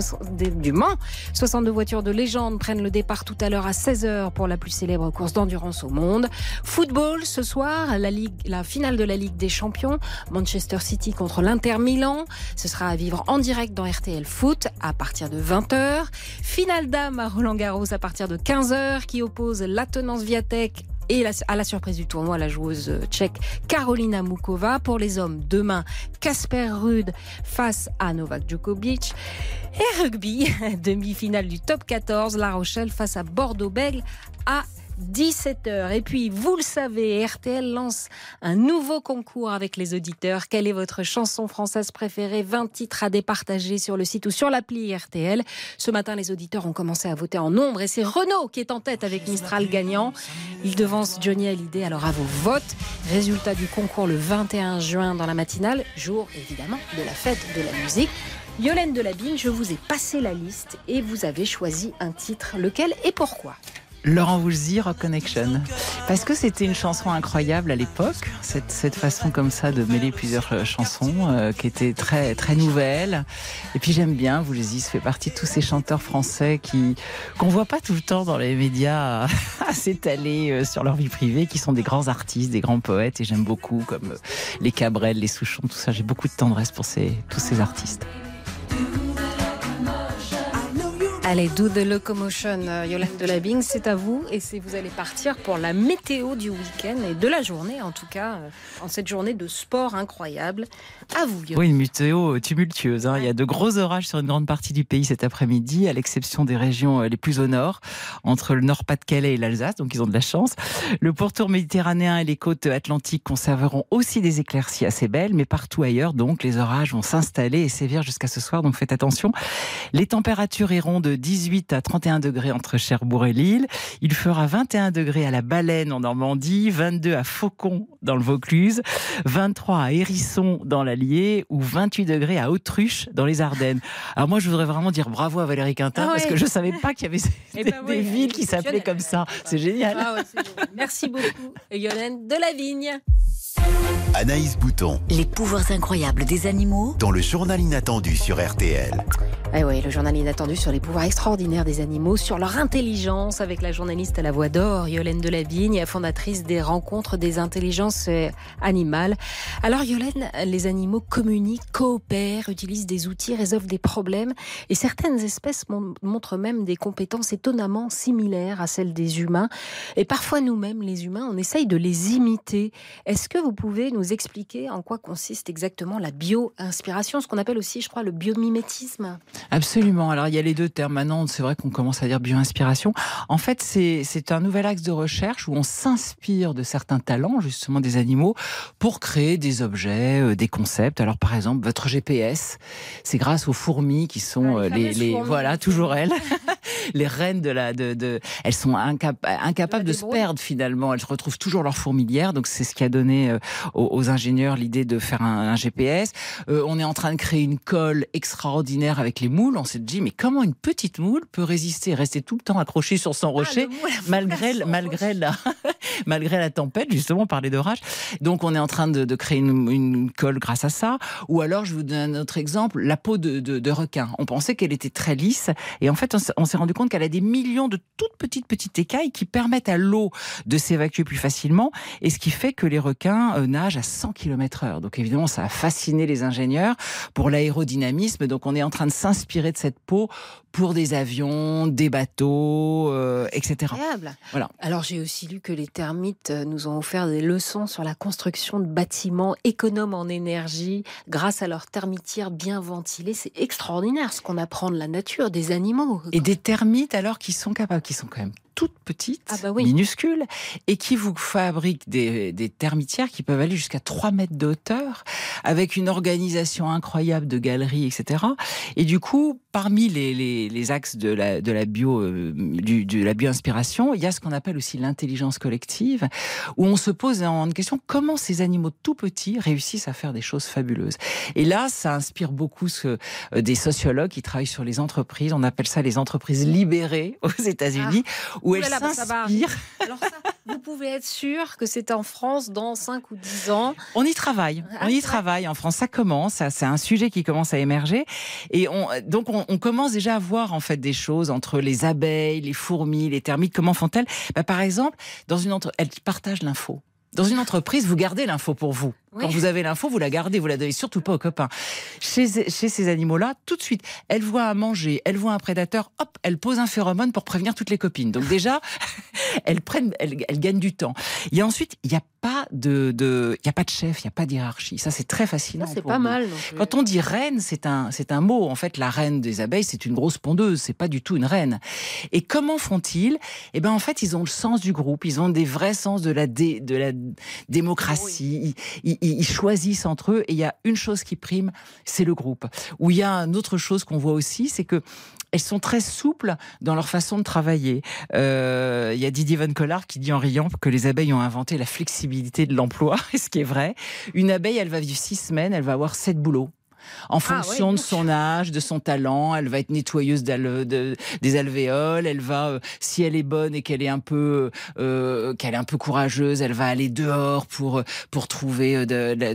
62 voitures de légende prennent le départ tout à l'heure à 16h pour la plus célèbre course d'endurance au monde. Football, ce soir, la finale de la Ligue des Champions. Manchester City contre l'Inter Milan. Ce sera à vivre en direct dans RTL Foot à partir de 20h. Finale dames à Roland-Garros à partir de 15h qui oppose la Tenance Viatek et à la surprise du tournoi, la joueuse tchèque Karolina Mukova. Pour les hommes, demain, Casper Ruud face à Novak Djokovic. Et rugby, demi-finale du top 14, La Rochelle face à Bordeaux-Bègles à 17h. Et puis, vous le savez, RTL lance un nouveau concours avec les auditeurs. Quelle est votre chanson française préférée? 20 titres à départager sur le site ou sur l'appli RTL. Ce matin, les auditeurs ont commencé à voter en nombre et c'est Renaud qui est en tête avec Mistral gagnant. Il devance Johnny Hallyday. Alors à vos votes. Résultat du concours le 21 juin dans la matinale, jour évidemment de la fête de la musique. Yolène Delabine, je vous ai passé la liste et vous avez choisi un titre. Lequel et pourquoi?
Laurent Voulzy, Rock Connection. Parce que c'était une chanson incroyable à l'époque, cette façon comme ça de mêler plusieurs chansons qui était très, très nouvelle. Et puis j'aime bien, Voulzy fait partie de tous ces chanteurs français qu'on voit pas tout le temps dans les médias à s'étaler sur leur vie privée, qui sont des grands artistes, des grands poètes. Et j'aime beaucoup, comme les Cabrel, les Souchon, tout ça. J'ai beaucoup de tendresse pour tous ces artistes.
Allez, Do the Locomotion, Yolène Delabine, c'est à vous. Et vous allez partir pour la météo du week-end et de la journée, en tout cas, en cette journée de sport incroyable. À vous, Yolène.
Oui, une météo tumultueuse. Il y a de gros orages sur une grande partie du pays cet après-midi, à l'exception des régions les plus au nord, entre le Nord-Pas-de-Calais et l'Alsace, donc ils ont de la chance. Le pourtour méditerranéen et les côtes atlantiques conserveront aussi des éclaircies assez belles, mais partout ailleurs, donc, les orages vont s'installer et sévir jusqu'à ce soir, donc faites attention. Les températures iront de 18 à 31 degrés entre Cherbourg et Lille. Il fera 21 degrés à la Baleine en Normandie, 22 à Faucon dans le Vaucluse, 23 à Hérisson dans l'Allier ou 28 degrés à Autruche dans les Ardennes. Alors moi, je voudrais vraiment dire bravo à Valérie Quintin parce que je ne savais pas qu'il y avait des villes qui s'appelaient comme ça. C'est génial.
C'est génial. Merci beaucoup, Yolène Delavigne.
Anaïs Bouton.
Les pouvoirs incroyables des animaux.
Dans le journal inattendu sur RTL.
Eh oui, le journal inattendu sur les pouvoirs extraordinaires des animaux, sur leur intelligence, avec la journaliste à la voix d'or, Yolène Delavigne, fondatrice des rencontres des intelligences animales. Alors Yolène, les animaux communiquent, coopèrent, utilisent des outils, résolvent des problèmes, et certaines espèces montrent même des compétences étonnamment similaires à celles des humains. Et parfois nous-mêmes, les humains, on essaye de les imiter. Est-ce que vous pouvez nous expliquer en quoi consiste exactement la bio-inspiration, ce qu'on appelle aussi, je crois, le biomimétisme?
Absolument. Alors, il y a les deux termes. Maintenant, c'est vrai qu'on commence à dire bio-inspiration. En fait, c'est un nouvel axe de recherche où on s'inspire de certains talents, justement, des animaux, pour créer des objets, des concepts. Alors, par exemple, votre GPS, c'est grâce aux fourmis qui sont voilà, toujours elles. Les reines elles sont incapables de se perdre, finalement. Elles retrouvent toujours leur fourmilière. Donc, c'est ce qui a donné aux ingénieurs l'idée de faire un GPS. On est en train de créer une colle extraordinaire avec les moules. On s'est dit, mais comment une petite moule peut résister et rester tout le temps accrochée sur son rocher malgré malgré la tempête, justement, on parlait d'orage. Donc on est en train de créer une colle grâce à ça. Ou alors, je vous donne un autre exemple, la peau de requin. On pensait qu'elle était très lisse, et en fait, on s'est rendu compte qu'elle a des millions de toutes petites écailles qui permettent à l'eau de s'évacuer plus facilement, et ce qui fait que les requins nagent à 100 km/h. Donc évidemment, ça a fasciné les ingénieurs pour l'aérodynamisme. Donc on est en train de s'inspirer de cette peau pour des avions, des bateaux, etc.
Incroyable.
Voilà.
Alors j'ai aussi lu que les termites nous ont offert des leçons sur la construction de bâtiments économes en énergie grâce à leurs termitières bien ventilées. C'est extraordinaire ce qu'on apprend de la nature, des animaux.
Et des termites alors qui sont quand même toutes petites, minuscules, et qui vous fabriquent des termitières qui peuvent aller jusqu'à 3 mètres de hauteur, avec une organisation incroyable de galeries, etc. Et du coup, parmi les axes de la bio-inspiration, il y a ce qu'on appelle aussi l'intelligence collective, où on se pose en question comment ces animaux tout petits réussissent à faire des choses fabuleuses. Et là, ça inspire beaucoup des sociologues qui travaillent sur les entreprises. On appelle ça les entreprises libérées aux États-Unis, où elles s'inspirent.
Alors ça, vous pouvez être sûr que c'est en France dans 5 ou 10 ans.
On y travaille. En France. Ça commence. C'est un sujet qui commence à émerger. Et donc on commence déjà à voir en fait des choses entre les abeilles, les fourmis, les termites. Comment font-elles ? Par exemple, elles partagent l'info. Dans une entreprise, vous gardez l'info pour vous. Quand vous avez l'info, vous la gardez, vous la donnez surtout pas aux copains. Chez ces animaux-là, tout de suite, elles voient à manger, elles voient un prédateur, hop, elles posent un phéromone pour prévenir toutes les copines. Donc déjà, elles gagnent du temps. Et ensuite, il n'y a pas de chef, il n'y a pas de hiérarchie. Ça, c'est très fascinant.
Ça, c'est pas mal.
Quand on dit reine, c'est un mot. En fait, la reine des abeilles, c'est une grosse pondeuse. C'est pas du tout une reine. Et comment font-ils ? En fait, ils ont le sens du groupe. Ils ont des vrais sens de la démocratie. Ils choisissent entre eux, et il y a une chose qui prime, c'est le groupe. Où il y a une autre chose qu'on voit aussi, c'est que elles sont très souples dans leur façon de travailler. Il y a Didier Van Collard qui dit en riant que les abeilles ont inventé la fluidité de l'emploi, ce qui est vrai. Une abeille, elle va vivre 6 semaines, elle va avoir 7 boulots. En fonction de son âge, de son talent, elle va être nettoyeuse des alvéoles. Elle va, si elle est bonne et qu'elle est un peu courageuse, elle va aller dehors pour trouver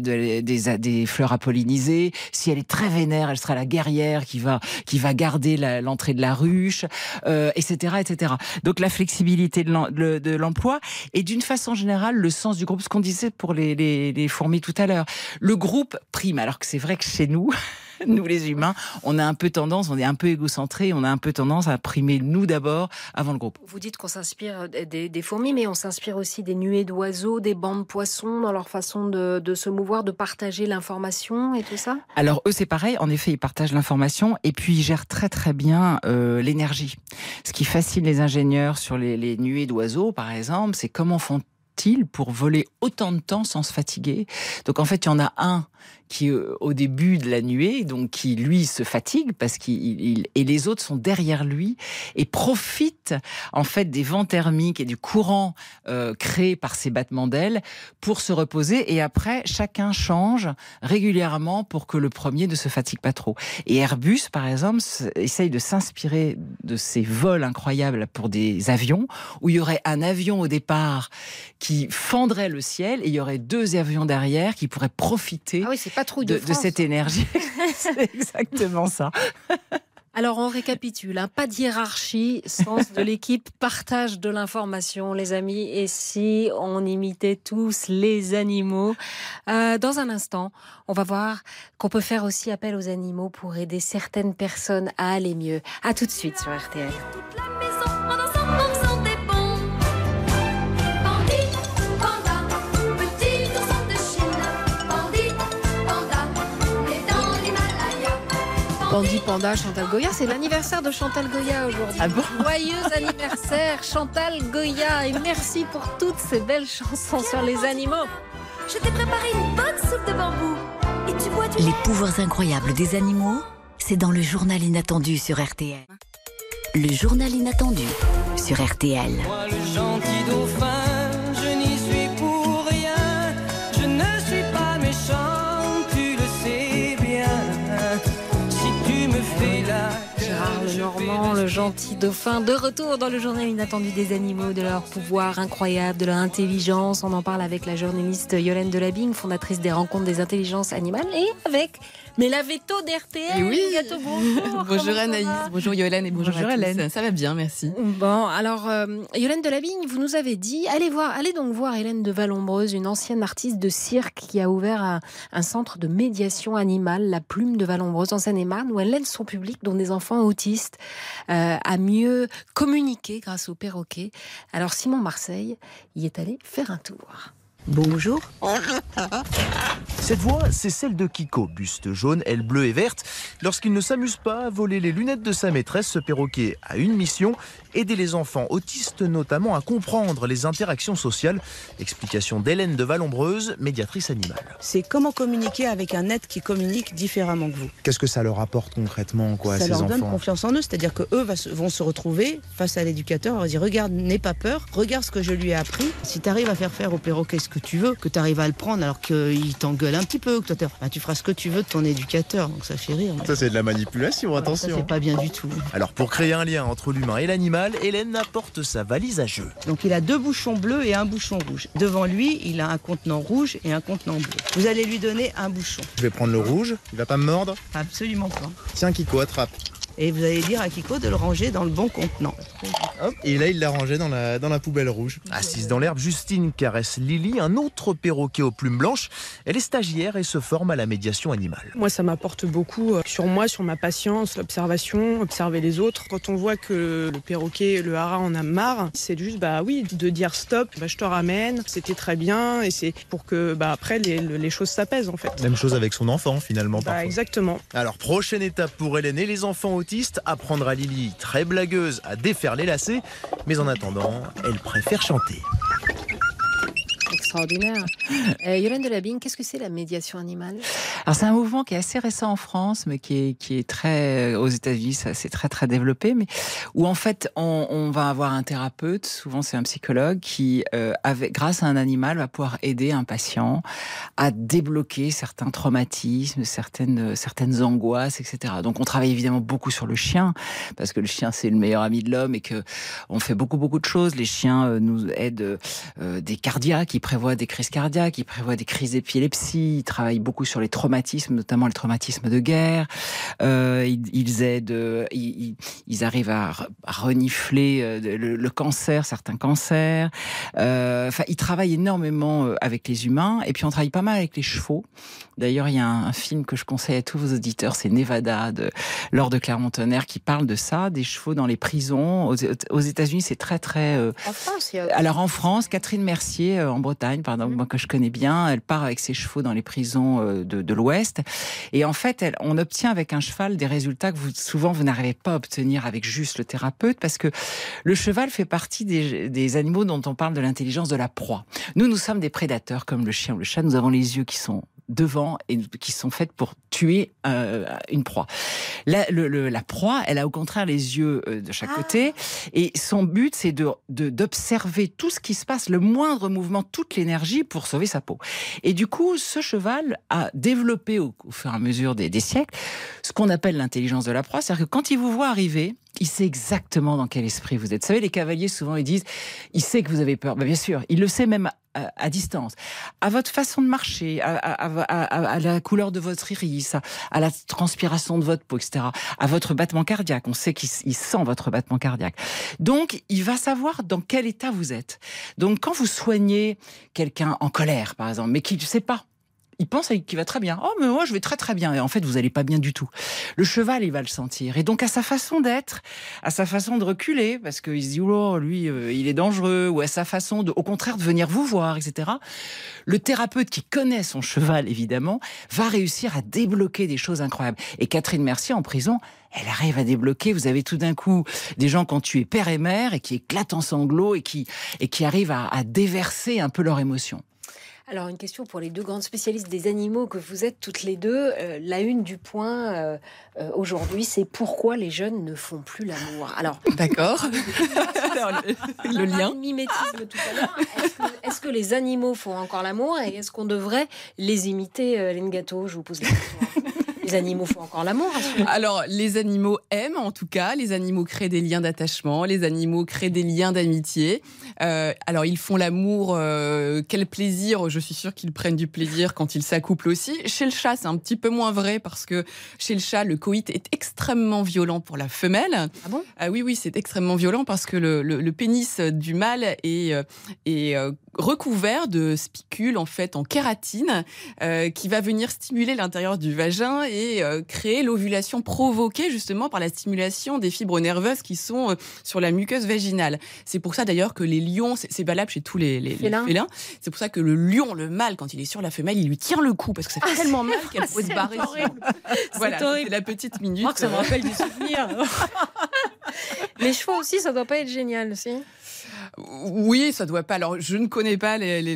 des fleurs à polliniser. Si elle est très vénère, elle sera la guerrière qui va garder l'entrée de la ruche, etc., etc. Donc la flexibilité de l'emploi, et d'une façon générale le sens du groupe. Ce qu'on disait pour les fourmis tout à l'heure, le groupe prime. Alors que c'est vrai que chez nous les humains, on a un peu tendance, on est un peu égocentré, on a un peu tendance à primer nous d'abord avant le groupe.
Vous dites qu'on s'inspire des fourmis, mais on s'inspire aussi des nuées d'oiseaux, des bancs de poissons dans leur façon de se mouvoir, de partager l'information et tout ça ?
Alors eux, c'est pareil, en effet, ils partagent l'information et puis ils gèrent très très bien l'énergie. Ce qui fascine les ingénieurs sur les nuées d'oiseaux, par exemple, c'est comment font-ils pour voler autant de temps sans se fatiguer. Donc en fait, il y en a un qui au début de la nuée, donc qui lui se fatigue parce et les autres sont derrière lui et profitent en fait des vents thermiques et du courant créé par ces battements d'ailes pour se reposer, et après chacun change régulièrement pour que le premier ne se fatigue pas trop. Et Airbus par exemple essaye de s'inspirer de ces vols incroyables pour des avions où il y aurait un avion au départ qui fendrait le ciel et il y aurait 2 avions derrière qui pourraient profiter de cette énergie. C'est exactement ça.
Alors on récapitule, pas de hiérarchie, sens de l'équipe, partage de l'information les amis, et si on imitait tous les animaux. Dans un instant, on va voir qu'on peut faire aussi appel aux animaux pour aider certaines personnes à aller mieux. À tout de suite sur RTL. Bandi Panda, Chantal Goya, c'est l'anniversaire de Chantal Goya aujourd'hui.
Ah bon ?
Joyeux anniversaire Chantal Goya, et merci pour toutes ces belles chansons sur les animaux.
Je t'ai préparé une bonne soupe de bambou. Et tu bois du
Les pouvoirs incroyables des animaux, c'est dans le journal inattendu sur RTL. Le journal inattendu sur RTL.
Moi le gentil dauphin, je n'y suis pour rien. Je ne suis pas méchant, tu le sais bien. Si tu me fais la
Gérard Lenormand, le gentils dauphins, de retour dans le journal inattendu des animaux, de leur pouvoir incroyable, de leur intelligence. On en parle avec la journaliste Yolène Delabing, fondatrice des Rencontres des intelligences animales, et avec la veto d'RTL.
Oui.
Gâteau, bonjour.
Bonjour Anaïs, bonjour Yolène et bonjour à
Hélène.
tous. Ça va bien, merci.
Bon, alors Yolène Delabing, vous nous avez dit, allez donc voir Hélène de Vallombreuse, une ancienne artiste de cirque qui a ouvert un centre de médiation animale, la Plume de Vallombreuse en Seine-et-Marne, où elle aide son public, dont des enfants autistes, à mieux communiquer grâce au perroquet. Alors Simon Marseille y est allé faire un tour.
Bonjour. Cette voix, c'est celle de Kiko, buste jaune, aile bleue et verte. Lorsqu'il ne s'amuse pas à voler les lunettes de sa maîtresse, ce perroquet a une mission, aider les enfants autistes notamment à comprendre les interactions sociales. Explication d'Hélène de Vallombreuse, médiatrice animale.
C'est comment communiquer avec un être qui communique différemment que vous.
Qu'est-ce que ça leur apporte concrètement, à
ça
ces
leur
enfants ?
donne confiance en eux, c'est-à-dire qu'eux vont se retrouver face à l'éducateur, on va dire regarde, n'aie pas peur, regarde ce que je lui ai appris. Si tu arrives à faire au perroquet ce que tu veux, que tu arrives à le prendre alors qu'il t'engueule un petit peu, que toi, tu feras ce que tu veux de ton éducateur, donc ça fait rire.
Ça, c'est de la manipulation,
alors, attention. Ça, c'est pas bien du tout.
Alors, pour créer un lien entre l'humain et l'animal, Hélène apporte sa valise à jeu.
Donc, il a 2 bouchons bleus et un bouchon rouge. Devant lui, il a un contenant rouge et un contenant bleu. Vous allez lui donner un bouchon.
Je vais prendre le rouge, il va pas me mordre ?
Absolument pas.
Tiens, Kiko, attrape.
Et vous allez dire à Kiko de le ranger dans le bon contenant.
Hop, et là, il l'a rangé dans la poubelle rouge. Assise dans l'herbe, Justine caresse Lily, un autre perroquet aux plumes blanches. Elle est stagiaire et se forme à la médiation animale.
Moi, ça m'apporte beaucoup sur moi, sur ma patience, l'observation, observer les autres. Quand on voit que le perroquet, le hara en a marre, c'est juste, de dire stop, je te ramène, c'était très bien, et c'est pour que, après, les choses s'apaisent, en fait.
Même chose avec son enfant, finalement, parfois.
Exactement.
Alors, prochaine étape pour Hélène et les enfants autistes, apprendre à Lily, très blagueuse, à défaire les lacets. Mais en attendant, elle préfère chanter.
Extraordinaire. Yolène Delabing, qu'est-ce que c'est la médiation animale ?
Alors c'est un mouvement qui est assez récent en France, mais qui est très aux États-Unis, ça c'est très très développé, mais où en fait on va avoir un thérapeute, souvent c'est un psychologue qui, grâce à un animal, va pouvoir aider un patient à débloquer certains traumatismes, certaines angoisses, etc. Donc on travaille évidemment beaucoup sur le chien, parce que le chien c'est le meilleur ami de l'homme et que on fait beaucoup de choses. Les chiens nous aident des cardiaques, ils prévoient des crises cardiaques, ils prévoient des crises d'épilepsie, ils travaillent beaucoup sur les traumatismes, notamment les traumatismes de guerre. Ils aident, ils arrivent à renifler le cancer, certains cancers. Ils travaillent énormément avec les humains, et puis on travaille pas mal avec les chevaux. D'ailleurs, il y a un film que je conseille à tous vos auditeurs, c'est Nevada de Laure de Clermont-Tonnerre, qui parle de ça, des chevaux dans les prisons. Aux États-Unis, c'est très
En France, il y a...
Alors en France, Catherine Mercier, en Bretagne, par exemple, moi que je connais bien, elle part avec ses chevaux dans les prisons de l'Ouest. Et en fait, on obtient avec un cheval des résultats que souvent vous n'arrivez pas à obtenir avec juste le thérapeute, parce que le cheval fait partie des animaux dont on parle de l'intelligence de la proie. Nous sommes des prédateurs comme le chien ou le chat. Nous avons les yeux qui sont devant et qui sont faites pour tuer une proie. La proie, elle a au contraire les yeux de chaque côté, et son but c'est d'observer tout ce qui se passe, le moindre mouvement, toute l'énergie pour sauver sa peau. Et du coup, ce cheval a développé au fur et à mesure des siècles ce qu'on appelle l'intelligence de la proie, c'est-à-dire que quand il vous voit arriver, il sait exactement dans quel esprit vous êtes. Vous savez, les cavaliers, souvent, ils disent « il sait que vous avez peur ». Bien sûr, il le sait même à distance. À votre façon de marcher, à la couleur de votre iris, à la transpiration de votre peau, etc. À votre battement cardiaque. On sait qu'il sent votre battement cardiaque. Donc, il va savoir dans quel état vous êtes. Donc, quand vous soignez quelqu'un en colère, par exemple, mais qui ne sait pas, il pense qu'il va très bien. Oh, mais moi, je vais très très bien. Et en fait, vous n'allez pas bien du tout. Le cheval, il va le sentir. Et donc, à sa façon d'être, à sa façon de reculer, parce qu'il se dit, oh, lui, il est dangereux, ou à sa façon, au contraire, de venir vous voir, etc. Le thérapeute qui connaît son cheval, évidemment, va réussir à débloquer des choses incroyables. Et Catherine Mercier, en prison, elle arrive à débloquer. Vous avez tout d'un coup des gens qui ont tué père et mère et qui éclatent en sanglots et qui arrivent à déverser un peu leurs émotions.
Alors, une question pour les deux grandes spécialistes des animaux que vous êtes toutes les deux. La une du Point aujourd'hui, c'est pourquoi les jeunes ne font plus l'amour. Alors,
d'accord. Alors, le lien.
Mimétisme tout à l'heure. Est-ce que les animaux font encore l'amour et est-ce qu'on devrait les imiter, Hélène Gâteau ? Je vous pose la question. Les animaux font encore l'amour.
Alors, les animaux aiment, en tout cas. Les animaux créent des liens d'attachement. Les animaux créent des liens d'amitié. Alors, ils font l'amour. Quel plaisir. Je suis sûre qu'ils prennent du plaisir quand ils s'accouplent aussi. Chez le chat, c'est un petit peu moins vrai parce que chez le chat, le coït est extrêmement violent pour la femelle.
Ah bon ?
Oui, c'est extrêmement violent parce que le pénis du mâle est recouvert de spicules en fait en kératine qui va venir stimuler l'intérieur du vagin et créer l'ovulation provoquée justement par la stimulation des fibres nerveuses qui sont sur la muqueuse vaginale. C'est pour ça d'ailleurs que les lions, c'est valable chez tous les félins. C'est pour ça que le lion, le mâle, quand il est sur la femelle, il lui tire le cou parce que ça fait tellement mal qu'elle peut se barrer. Voilà, c'est la petite minute.
Moi, que ça me rappelle du souvenir. Les chevaux aussi, ça doit pas être génial, si.
Oui, ça doit pas. Alors, je ne connais pas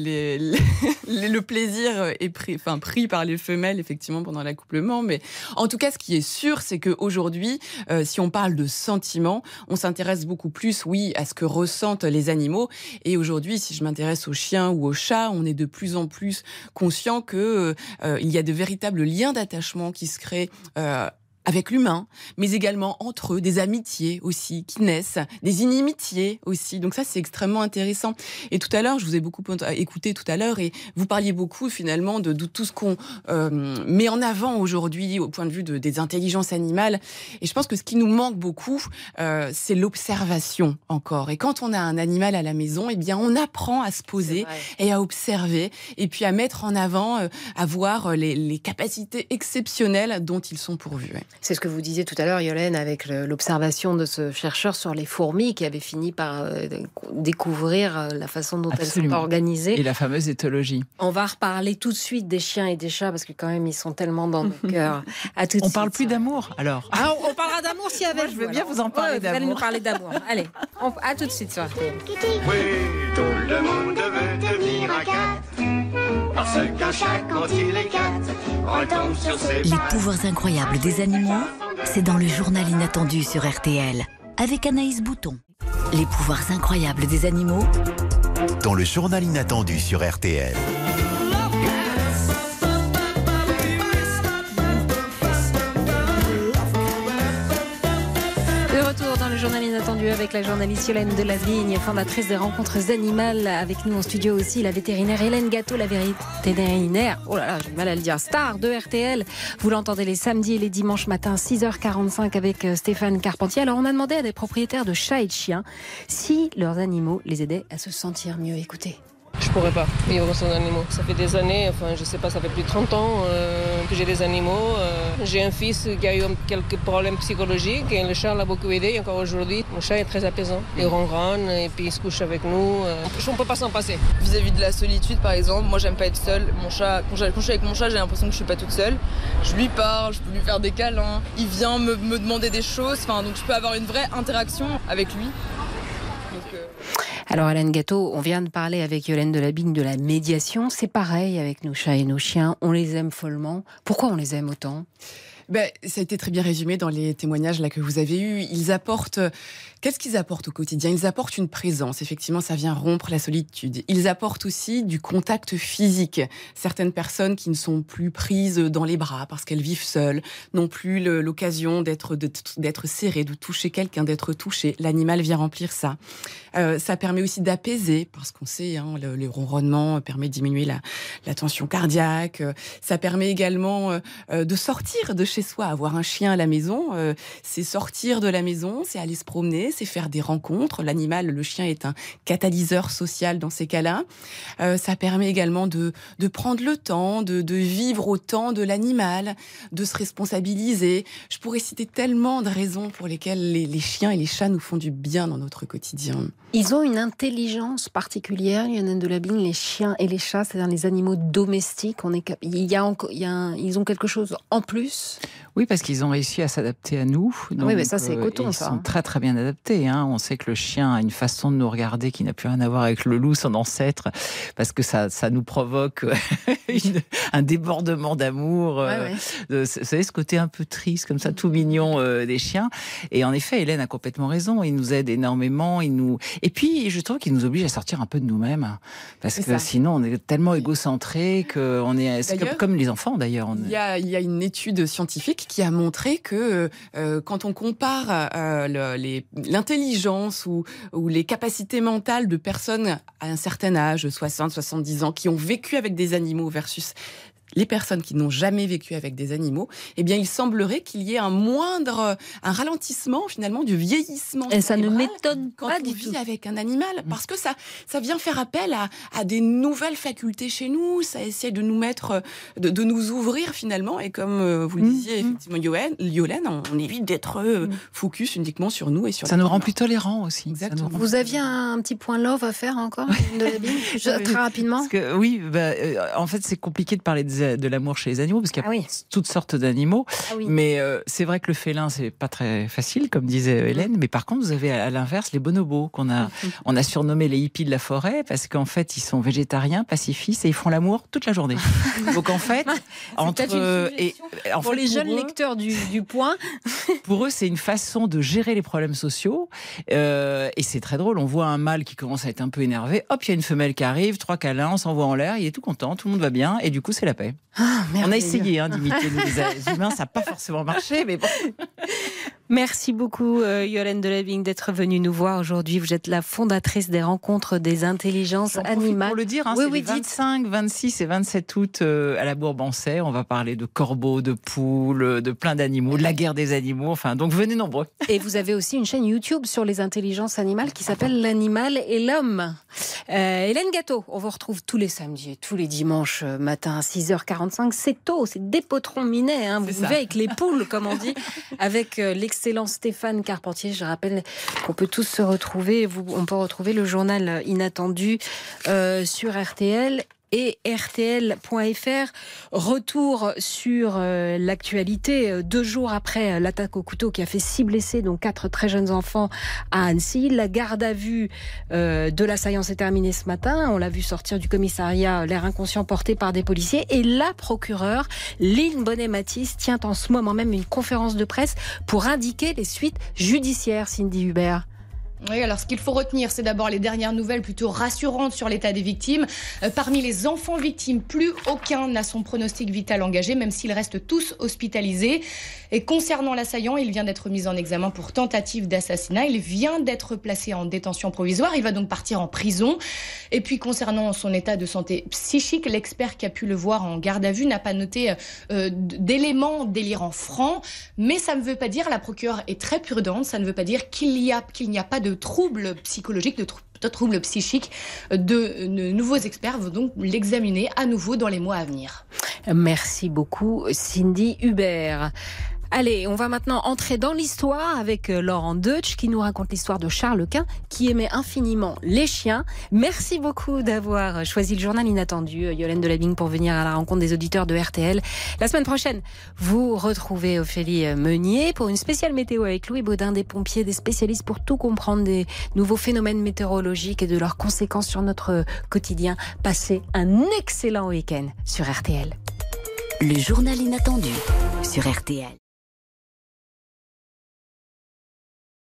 le plaisir est pris par les femelles effectivement pendant l'accouplement, mais en tout cas, ce qui est sûr, c'est qu'aujourd'hui, si on parle de sentiments, on s'intéresse beaucoup plus, à ce que ressentent les animaux. Et aujourd'hui, si je m'intéresse aux chiens ou aux chats, on est de plus en plus conscient que il y a de véritables liens d'attachement qui se créent. Avec l'humain, mais également entre eux, des amitiés aussi qui naissent, des inimitiés aussi. Donc ça, c'est extrêmement intéressant. Et tout à l'heure, je vous ai beaucoup écouté tout à l'heure, et vous parliez beaucoup finalement de tout ce qu'on met en avant aujourd'hui au point de vue des intelligences animales. Et je pense que ce qui nous manque beaucoup, c'est l'observation encore. Et quand on a un animal à la maison, eh bien, on apprend à se poser et à observer, et puis à mettre en avant, à voir les capacités exceptionnelles dont ils sont pourvus.
C'est ce que vous disiez tout à l'heure, Yolène, avec l'observation de ce chercheur sur les fourmis qui avait fini par découvrir la façon dont elles sont organisées.
Et la fameuse éthologie.
On va reparler tout de suite des chiens et des chats parce que quand même, ils sont tellement dans nos cœurs. À tout de
on
suite.
parle plus d'amour, alors.
Ah, on parlera d'amour si avec.
Moi, je veux bien vous en parler d'amour.
Vous allez nous parler d'amour. Allez, à tout de suite sur RTL.
Oui, tout le monde veut devenir un cat. Parce qu'un chat, quand il est cat, retombe sur ses
Les pouvoirs incroyables des animaux, c'est dans le journal inattendu sur RTL, avec Anaïs Bouton. Les pouvoirs incroyables des animaux,
dans le journal inattendu sur RTL.
Le journal inattendu avec la journaliste Yolène Delavigne, fondatrice des rencontres animales. Avec nous en studio aussi la vétérinaire Hélène Gâteau, la vétérinaire, oh là là, j'ai mal à le dire, star de RTL. Vous l'entendez les samedis et les dimanches matins, 6h45 avec Stéphane Carpentier. Alors on a demandé à des propriétaires de chats et de chiens si leurs animaux les aidaient à se sentir mieux. Écoutez.
Je pourrais pas vivre sans animaux. Ça fait des années, je sais pas, ça fait plus de 30 ans que j'ai des animaux. J'ai un fils qui a eu quelques problèmes psychologiques et le chat l'a beaucoup aidé. Et encore aujourd'hui, mon chat est très apaisant. Il ronronne et puis il se couche avec nous. On ne peut pas s'en passer.
Vis-à-vis de la solitude, par exemple, moi j'aime pas être seule. Mon chat, quand je suis avec mon chat, j'ai l'impression que je suis pas toute seule. Je lui parle, je peux lui faire des câlins. Il vient me demander des choses. Donc je peux avoir une vraie interaction avec lui.
Alors Hélène Gâteau, on vient de parler avec Yolène Delavigne de la médiation. C'est pareil avec nos chats et nos chiens. On les aime follement. Pourquoi on les aime autant ?
Ça a été très bien résumé dans les témoignages là que vous avez eus. Ils apportent... Qu'est-ce qu'ils apportent au quotidien ? Ils apportent une présence. Effectivement, ça vient rompre la solitude. Ils apportent aussi du contact physique. Certaines personnes qui ne sont plus prises dans les bras parce qu'elles vivent seules, n'ont plus l'occasion d'être serrées, de toucher quelqu'un, d'être touchées. L'animal vient remplir ça. Ça permet aussi d'apaiser, parce qu'on sait, le ronronnement permet de diminuer la tension cardiaque. Ça permet également de sortir de chez soi. Avoir un chien à la maison, c'est sortir de la maison, c'est aller se promener, c'est faire des rencontres. L'animal, le chien est un catalyseur social dans ces cas-là. Ça permet également de prendre le temps, de vivre au temps de l'animal, de se responsabiliser. Je pourrais citer tellement de raisons pour lesquelles les chiens et les chats nous font du bien dans notre quotidien.
Ils ont une intelligence particulière, Yolène Delavigne, les chiens et les chats, c'est-à-dire les animaux domestiques. Ils ont quelque chose en plus.
Oui, parce qu'ils ont réussi à s'adapter à nous. Donc,
oui, mais ça, c'est coton,
ils sont très, très bien adaptés. On sait que le chien a une façon de nous regarder qui n'a plus rien à voir avec le loup, son ancêtre, parce que ça nous provoque un débordement d'amour. Vous savez, ce côté un peu triste, comme ça, tout mignon des chiens. Et en effet, Hélène a complètement raison. Ils nous aident énormément. Et puis, je trouve qu'ils nous obligent à sortir un peu de nous-mêmes. Parce que sinon, on est tellement égocentrés qu'on est... C'est comme les enfants, d'ailleurs.
Il y a une étude scientifique scientifique qui a montré que quand on compare l'intelligence ou les capacités mentales de personnes à un certain âge, 60, 70 ans, qui ont vécu avec des animaux versus les personnes qui n'ont jamais vécu avec des animaux, eh bien, il semblerait qu'il y ait un ralentissement finalement du vieillissement.
Et ça ne m'étonne pas du tout.
Quand on vit avec un animal, parce que ça vient faire appel à des nouvelles facultés chez nous, ça essaie de nous mettre, de nous ouvrir finalement, et comme vous le disiez effectivement, Yolène, on évite d'être focus uniquement sur nous et sur.
Ça nous rend plus tolérants aussi.
Exactement.
Vous aviez un petit point love à faire encore de la Bible, très rapidement.
Parce que, oui, en fait, c'est compliqué de parler de l'amour chez les animaux, parce qu'il y a toutes sortes d'animaux. Mais c'est vrai que le félin, c'est pas très facile, comme disait Hélène. Mais par contre, vous avez à l'inverse les bonobos, on a surnommé les hippies de la forêt, parce qu'en fait, ils sont végétariens, pacifistes, et ils font l'amour toute la journée. Donc en fait,
pour les jeunes lecteurs du Point,
pour eux, c'est une façon de gérer les problèmes sociaux. Et c'est très drôle. On voit un mâle qui commence à être un peu énervé. Hop, il y a une femelle qui arrive, 3 câlins, on s'envoie en l'air, il est tout content, tout le monde va bien, et du coup, c'est la paix. On a essayé d'imiter les humains, ça n'a pas forcément marché, mais bon.
Merci beaucoup Yolène Delavigne d'être venue nous voir aujourd'hui. Vous êtes la fondatrice des rencontres des intelligences animales.
Pour le dire, c'est les 25, 26 et 27 août à la Bourbansais. On va parler de corbeaux, de poules, de plein d'animaux, de la guerre des animaux. Enfin, donc venez nombreux.
Et vous avez aussi une chaîne YouTube sur les intelligences animales qui s'appelle L'animal et l'homme. Hélène Gâteau, on vous retrouve tous les samedis et tous les dimanches matin à 6h45. C'est tôt, c'est des potrons minets. Vous vivez avec les poules, comme on dit, avec l'excellent Stéphane Carpentier. Je rappelle qu'on peut tous se retrouver. On peut retrouver le journal Inattendu sur RTL et RTL.fr. Retour sur l'actualité 2 jours après l'attaque au couteau qui a fait 6 blessés, dont 4 très jeunes enfants à Annecy. La garde à vue de l'assaillant s'est terminée ce matin. On l'a vu sortir du commissariat, l'air inconscient porté par des policiers. Et la procureure, Lynn Bonnet-Mathis, tient en ce moment même une conférence de presse pour indiquer les suites judiciaires, Cindy Hubert.
Oui, alors ce qu'il faut retenir, c'est d'abord les dernières nouvelles plutôt rassurantes sur l'état des victimes. Parmi les enfants victimes, plus aucun n'a son pronostic vital engagé, même s'ils restent tous hospitalisés. Et concernant l'assaillant, il vient d'être mis en examen pour tentative d'assassinat. Il vient d'être placé en détention provisoire. Il va donc partir en prison. Et puis concernant son état de santé psychique, l'expert qui a pu le voir en garde à vue n'a pas noté d'éléments délirants francs. Mais ça ne veut pas dire, la procureure est très prudente, ça ne veut pas dire qu'il n'y a pas de troubles psychologiques, de troubles psychiques. De nouveaux experts vont donc l'examiner à nouveau dans les mois à venir.
Merci beaucoup Cindy Hubert. Allez, on va maintenant entrer dans l'histoire avec Laurent Deutsch qui nous raconte l'histoire de Charles Quint qui aimait infiniment les chiens. Merci beaucoup d'avoir choisi le journal Inattendu, Yolène Delavigne, pour venir à la rencontre des auditeurs de RTL. La semaine prochaine, vous retrouvez Ophélie Meunier pour une spéciale météo avec Louis Baudin, des pompiers, des spécialistes pour tout comprendre des nouveaux phénomènes météorologiques et de leurs conséquences sur notre quotidien. Passez un excellent week-end sur RTL.
Le journal Inattendu sur RTL.